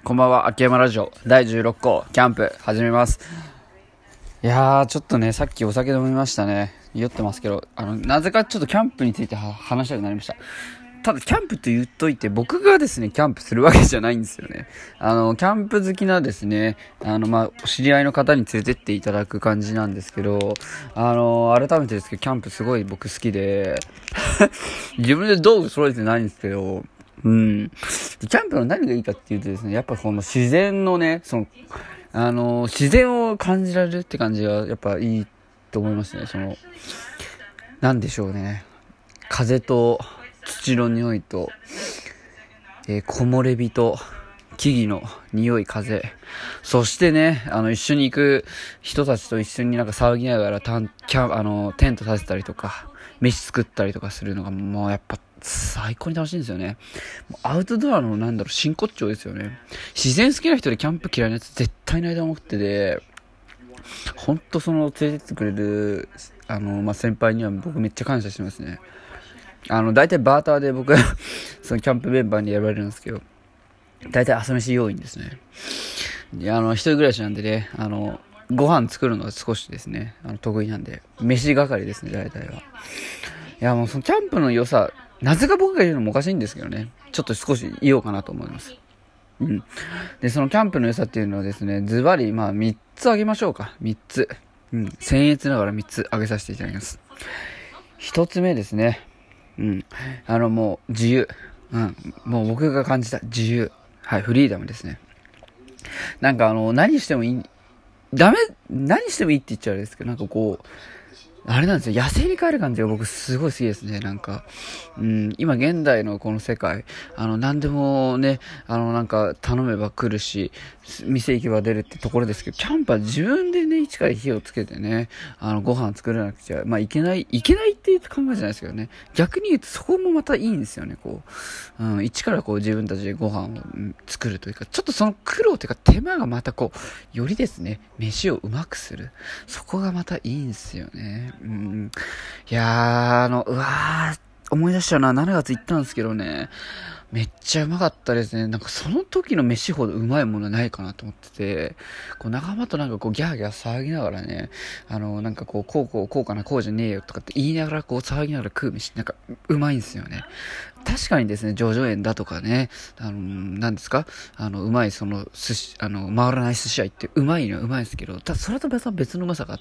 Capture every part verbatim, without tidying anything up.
こんばんは。秋山ラジオだいじゅうろっこうキャンプ始めます。いやーちょっとね、さっきお酒飲みましたね。酔ってますけど、あのなぜかちょっとキャンプについて話したくなりました。ただキャンプと言っといて、僕がですねキャンプするわけじゃないんですよね。あのキャンプ好きなですね、あのまあ知り合いの方に連れてっていただく感じなんですけど、あの改めてですけどキャンプすごい僕好きで自分で道具揃えてないんですけど、うん。キャンプの何がいいかっていうとですね、やっぱこの自然のね、その、あの、自然を感じられるって感じがやっぱいいと思いますね。その、なんでしょうね。風と土の匂いと、えー、木漏れ日と木々の匂い、風。そしてね、あの、一緒に行く人たちと一緒になんか騒ぎながらタン、キャン、あの、テント立てたりとか、飯作ったりとかするのがもうやっぱ最高に楽しいんですよね。もうアウトドアのなんだろう、真骨頂ですよね。自然好きな人でキャンプ嫌いなやつ絶対ないと思ってて、ほんとその連れてってくれる、あの、まあ、先輩には僕めっちゃ感謝してますね。あの、大体バーターで僕そのキャンプメンバーに選ばれるんですけど、大体朝飯要員ですね。いや、あの、一人暮らしなんでね、あの、ご飯作るのが少しですね、あの得意なんで、飯係ですね、大体は。いや、もうそのキャンプの良さ、なぜか僕が言うのもおかしいんですけどね、ちょっと少し言おうかなと思います。うん。で、そのキャンプの良さっていうのはですね、ズバリ、まあ、みっつあげましょうか。みっつ。うん。僭越ながらみっつあげさせていただきます。ひとつめですね。うん。あの、もう、自由。うん。もう僕が感じた自由。はい、フリーダムですね。なんかあの、何してもいい、ダメ、何してもいいって言っちゃうあれですけど、なんかこう、あれなんですよ、野生に帰る感じが僕すごい好きですね。なんか、うん、今現代のこの世界、あの、何でもね、あの、なんか頼めば来るし、店行けば出るってところですけど、キャンプは自分でね、一から火をつけてね、あの、ご飯作らなくちゃ、まあ、いけない、いけないっていう考えじゃないですけどね、逆に言うとそこもまたいいんですよね、こう、うん、一からこう自分たちでご飯を作るというか、ちょっとその苦労というか手間がまたこう、よりですね、飯をうまくする。そこがまたいいんですよね。うん、いやー、あの、うわー、思い出したな、しちがつ行ったんですけどね、めっちゃうまかったですね。なんかその時の飯ほどうまいものないかなと思ってて、こう仲間となんかこうギャーギャー騒ぎながらね、あの、なんかこう、こうこう、こうかな、こうじゃねえよとかって言いながらこう騒ぎながら食う飯、なんかうまいんですよね。確かにですね、叙々苑だとかね、あの、なんですか、あの、うまいその寿司、あの、回らない寿司屋行ってうまいのはうまいですけど、ただそれと別は別のうまさがあって、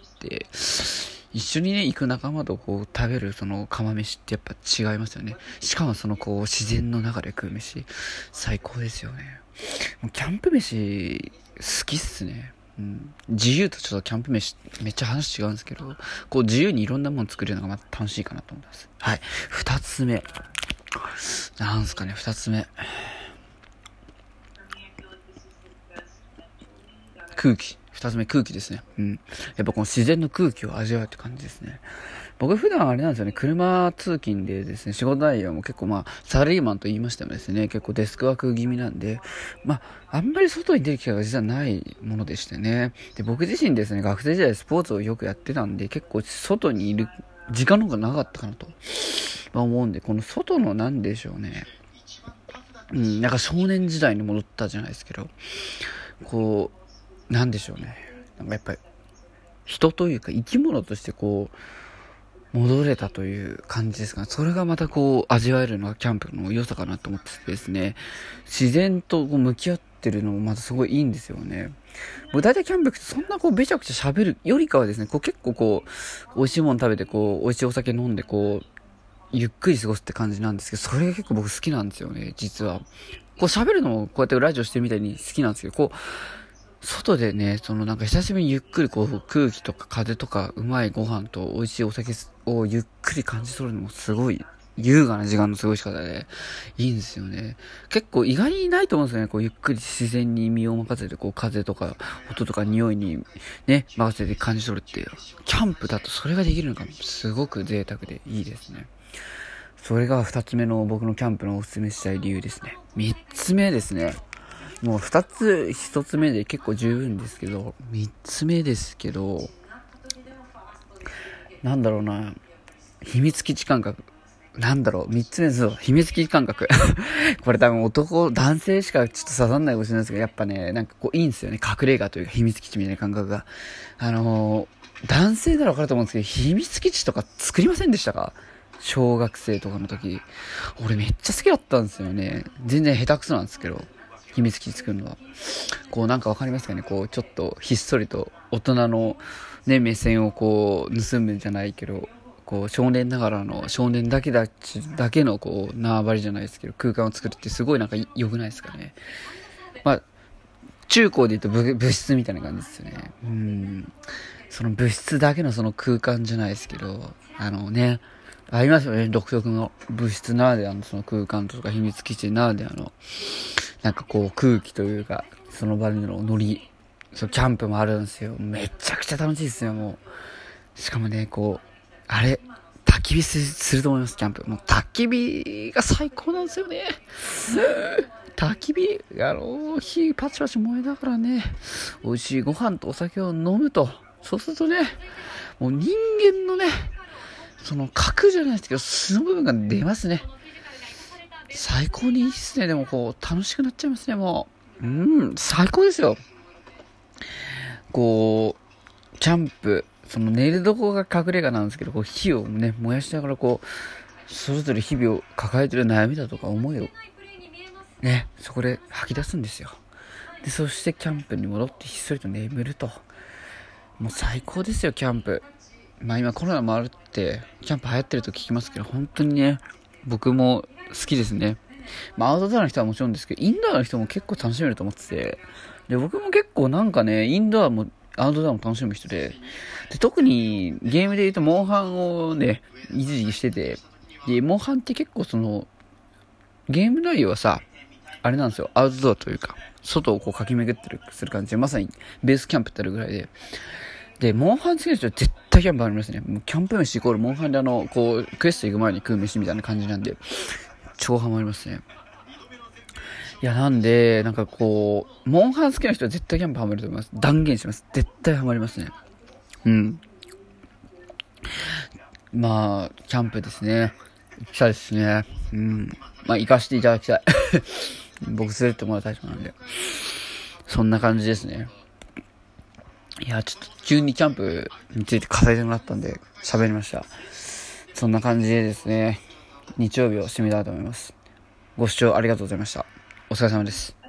一緒にね、行く仲間とこう食べるその釜飯ってやっぱ違いますよね。しかもそのこう自然の中で食う飯、最高ですよね。もうキャンプ飯、好きっすね。うん、自由とちょっとキャンプ飯めっちゃ話違うんですけど、こう自由にいろんなもの作るのがまた楽しいかなと思います。はい。二つ目。なんすかね、二つ目。空気。二つ目、空気ですね。うん。やっぱこの自然の空気を味わうって感じですね。僕普段あれなんですよね、車通勤でですね、仕事内容も結構まあ、サラリーマンと言いましてもですね、結構デスクワーク気味なんで、まあ、あんまり外に出る機会が実はないものでしてね。で、僕自身ですね、学生時代スポーツをよくやってたんで、結構外にいる時間の方がなかったかなと、まあ、思うんで、この外のなんでしょうね、うん、なんか少年時代に戻ったじゃないですけど、こう、なんでしょうね、なんかやっぱり、人というか生き物としてこう戻れたという感じですかね。それがまたこう味わえるのがキャンプの良さかなと思っててですね、自然とこう向き合ってるのもまたすごいいいんですよね。僕大体キャンプってそんなこうべちゃくちゃ喋るよりかはですね、こう結構こう美味しいもの食べてこう美味しいお酒飲んでこうゆっくり過ごすって感じなんですけど、それが結構僕好きなんですよね、実は。こう喋るのもこうやってラジオしてるみたいに好きなんですけど、こう外でね、そのなんか久しぶりにゆっくりこう空気とか風とかうまいご飯と美味しいお酒をゆっくり感じ取るのもすごい優雅な時間の過ごし方でいいんですよね。結構意外にないと思うんですよね。こうゆっくり自然に身を任せてこう風とか音とか匂いにね、任せて感じ取るっていう。キャンプだとそれができるのがすごく贅沢でいいですね。それが二つ目の僕のキャンプのおすすめしたい理由ですね。三つ目ですね。もう二つ、一つ目で結構十分ですけど、三つ目ですけど、なんだろうな、秘密基地感覚。 なんだろう、三つ目の秘密基地感覚。これ多分男、男性しかちょっと刺さんないかもしれないですけど、やっぱね、なんかこういいんですよね。隠れ家というか秘密基地みたいな感覚が。あのー、男性ならわかると思うんですけど、秘密基地とか作りませんでしたか？小学生とかの時。俺めっちゃ好きだったんですよね。全然下手くそなんですけど、秘密基地作るのは。こうなんかわかりますかね？こうちょっとひっそりと大人のね、目線をこう盗むんじゃないけど、こう少年ながらの少年だけだだけのこう縄張りじゃないですけど空間を作るってすごいなんか良くないですかね。まあ中高で言うと部物質みたいな感じですよね。うん、その物質だけのその空間じゃないですけど、あのね、ありますよね、独特の物質ならではのその空間とか秘密基地ならではのなんかこう空気というかその場でのノリ、そうキャンプもあるんですよ。めちゃくちゃ楽しいですよ。もうしかもね、こうあれ、焚き火す る, すると思います、キャンプ。もう焚き火が最高なんですよね。焚き火、あの、火パチパチ燃えながらね、美味しいご飯とお酒を飲むと、そうするとね、もう人間のね、その核じゃないですけど、素の部分が出ますね。最高にいいっすね。でもこう、楽しくなっちゃいますね、もう。うん、最高ですよ。こう、キャンプ、その寝るどこが隠れ家なんですけど、こう火をね燃やしながらこうそれぞれ日々を抱えてる悩みだとか思いをねそこで吐き出すんですよ。でそしてキャンプに戻ってひっそりと眠ると、もう最高ですよキャンプ。まあ今コロナもあるってキャンプ流行ってると聞きますけど、本当にね僕も好きですね。まあアウトドアの人はもちろんですけど、インドアの人も結構楽しめると思ってて、で僕も結構なんかねインドアもアウトドアも楽しむ人で、で特にゲームで言うとモンハンをね一時期してて、でモンハンって結構そのゲーム内容はさあれなんですよ、アウトドアというか外をこう駆け巡ってるする感じで、まさにベースキャンプってあるぐらいで、でモンハン好きな人は絶対キャンプありますね。もうキャンプ飯イコールモンハンであのこうクエスト行く前に食う飯みたいな感じなんで超ハマりますね。いやなんでなんかこうモンハン好きな人は絶対キャンプハマると思います。断言します。絶対ハマりますね。うん。まあキャンプですね。行きたいですね。うん。まあ行かせていただきたい。僕連れてってもらうタイプなんで。そんな感じですね。いやちょっと急にキャンプについて語りてもらったんで喋りました。そんな感じでですね、日曜日を締めたいと思います。ご視聴ありがとうございました。お疲れ様です。